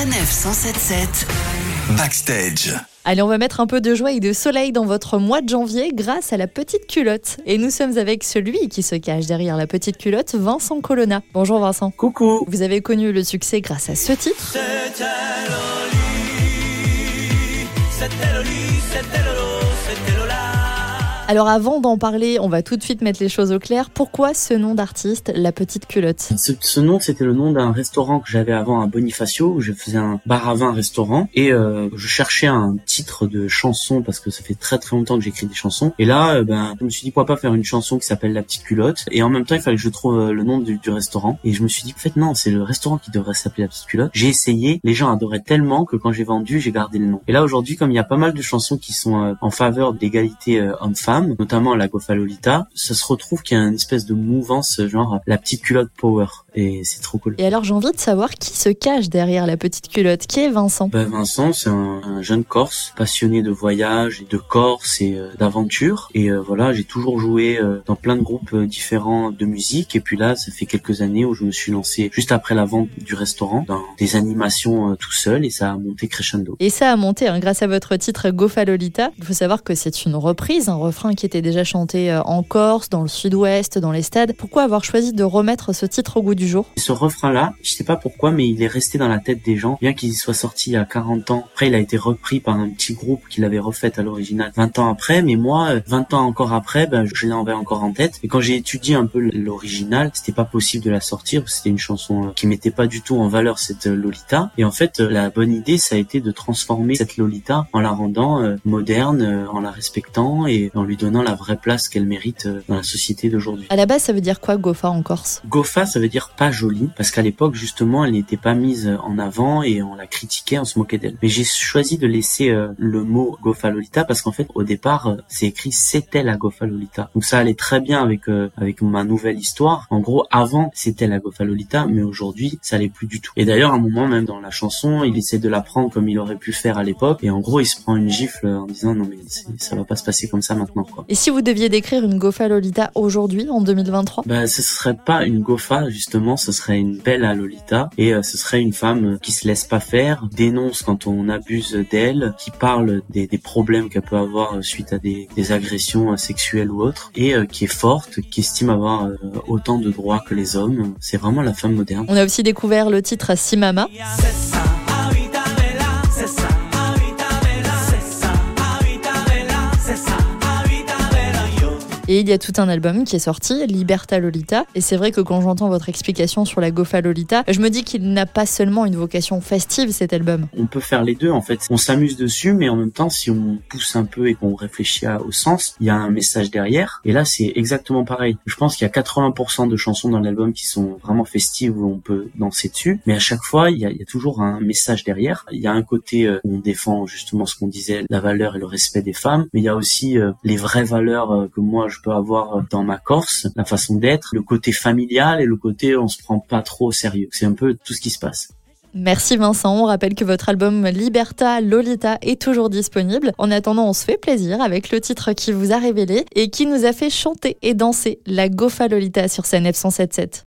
Sanef 107.7 Backstage. Allez, on va mettre un peu de joie et de soleil dans votre mois de janvier grâce à la petite culotte. Et nous sommes avec celui qui se cache derrière la petite culotte, Vincent Colonna. Bonjour Vincent. Coucou. Vous avez connu le succès grâce à ce titre. C'était Lola. Alors avant d'en parler, on va tout de suite mettre les choses au clair. Pourquoi ce nom d'artiste, la petite culotte ? Ce nom, c'était le nom d'un restaurant que j'avais avant à Bonifacio, où je faisais un bar à vin restaurant, et je cherchais un titre de chanson parce que ça fait très très longtemps que j'écris des chansons. Et là, je me suis dit pourquoi pas faire une chanson qui s'appelle La Petite Culotte. Et en même temps, il fallait que je trouve le nom du restaurant. Et je me suis dit, en fait non, c'est le restaurant qui devrait s'appeler La Petite Culotte. J'ai essayé, les gens adoraient tellement que quand j'ai vendu, j'ai gardé le nom. Et là aujourd'hui, comme il y a pas mal de chansons qui sont en faveur de l'égalité homme-femme, notamment la Gofa Lolita, ça se retrouve qu'il y a une espèce de mouvance genre la petite culotte power, et c'est trop cool. Et alors j'ai envie de savoir qui se cache derrière la petite culotte. Qui est Vincent ? Vincent, c'est un jeune Corse passionné de voyage, de Corse et d'aventure, et voilà, j'ai toujours joué dans plein de groupes différents de musique, et puis là ça fait quelques années où je me suis lancé juste après la vente du restaurant dans des animations tout seul, et ça a monté crescendo. Et ça a monté grâce à votre titre Gofa Lolita. Il faut savoir que c'est une reprise, un refrain qui était déjà chanté en Corse, dans le sud-ouest, dans les stades. Pourquoi avoir choisi de remettre ce titre au goût du jour ? Ce refrain-là, je sais pas pourquoi, mais il est resté dans la tête des gens, bien qu'il soit sorti il y a 40 ans. Après, il a été repris par un petit groupe qui l'avait refait à l'original 20 ans après, mais moi, 20 ans encore après, je l'avais encore en tête. Et quand j'ai étudié un peu l'original, c'était pas possible de la sortir, parce que c'était une chanson qui mettait pas du tout en valeur cette Lolita. Et en fait, la bonne idée, ça a été de transformer cette Lolita en la rendant moderne, en la respectant et en lui donnant la vraie place qu'elle mérite dans la société d'aujourd'hui. À la base, ça veut dire quoi Gofa en Corse ? Gofa, ça veut dire pas jolie, parce qu'à l'époque, justement, elle n'était pas mise en avant et on la critiquait, on se moquait d'elle. Mais j'ai choisi de laisser le mot Gofa Lolita parce qu'en fait, au départ, c'est écrit c'était la Gofa Lolita. Donc ça allait très bien avec ma nouvelle histoire. En gros, avant, c'était la Gofa Lolita, mais aujourd'hui, ça allait plus du tout. Et d'ailleurs, à un moment, même dans la chanson, il essaie de la prendre comme il aurait pu faire à l'époque, et en gros, il se prend une gifle en disant non mais ça va pas se passer comme ça maintenant, quoi. Et si vous deviez décrire une Gofa Lolita aujourd'hui, en 2023 ? Ce serait pas une Gofa, justement, ce serait une belle à Lolita, et ce serait une femme qui se laisse pas faire, dénonce quand on abuse d'elle, qui parle des problèmes qu'elle peut avoir suite à des agressions sexuelles ou autres, et qui est forte, qui estime avoir autant de droits que les hommes. C'est vraiment la femme moderne. On a aussi découvert le titre Si Mama. Et il y a tout un album qui est sorti, Liberta Lolita. Et c'est vrai que quand j'entends votre explication sur la Gofa Lolita, je me dis qu'il n'a pas seulement une vocation festive, cet album. On peut faire les deux, en fait. On s'amuse dessus, mais en même temps, si on pousse un peu et qu'on réfléchit au sens, il y a un message derrière. Et là, c'est exactement pareil. Je pense qu'il y a 80% de chansons dans l'album qui sont vraiment festives, où on peut danser dessus. Mais à chaque fois, il y a toujours un message derrière. Il y a un côté où on défend justement ce qu'on disait, la valeur et le respect des femmes. Mais il y a aussi les vraies valeurs que moi, je peux avoir dans ma Corse, la façon d'être, le côté familial et le côté on se prend pas trop au sérieux. C'est un peu tout ce qui se passe. Merci Vincent, on rappelle que votre album Liberta Lolita est toujours disponible. En attendant, on se fait plaisir avec le titre qui vous a révélé et qui nous a fait chanter et danser la Gofa Lolita sur Sanef 107.7.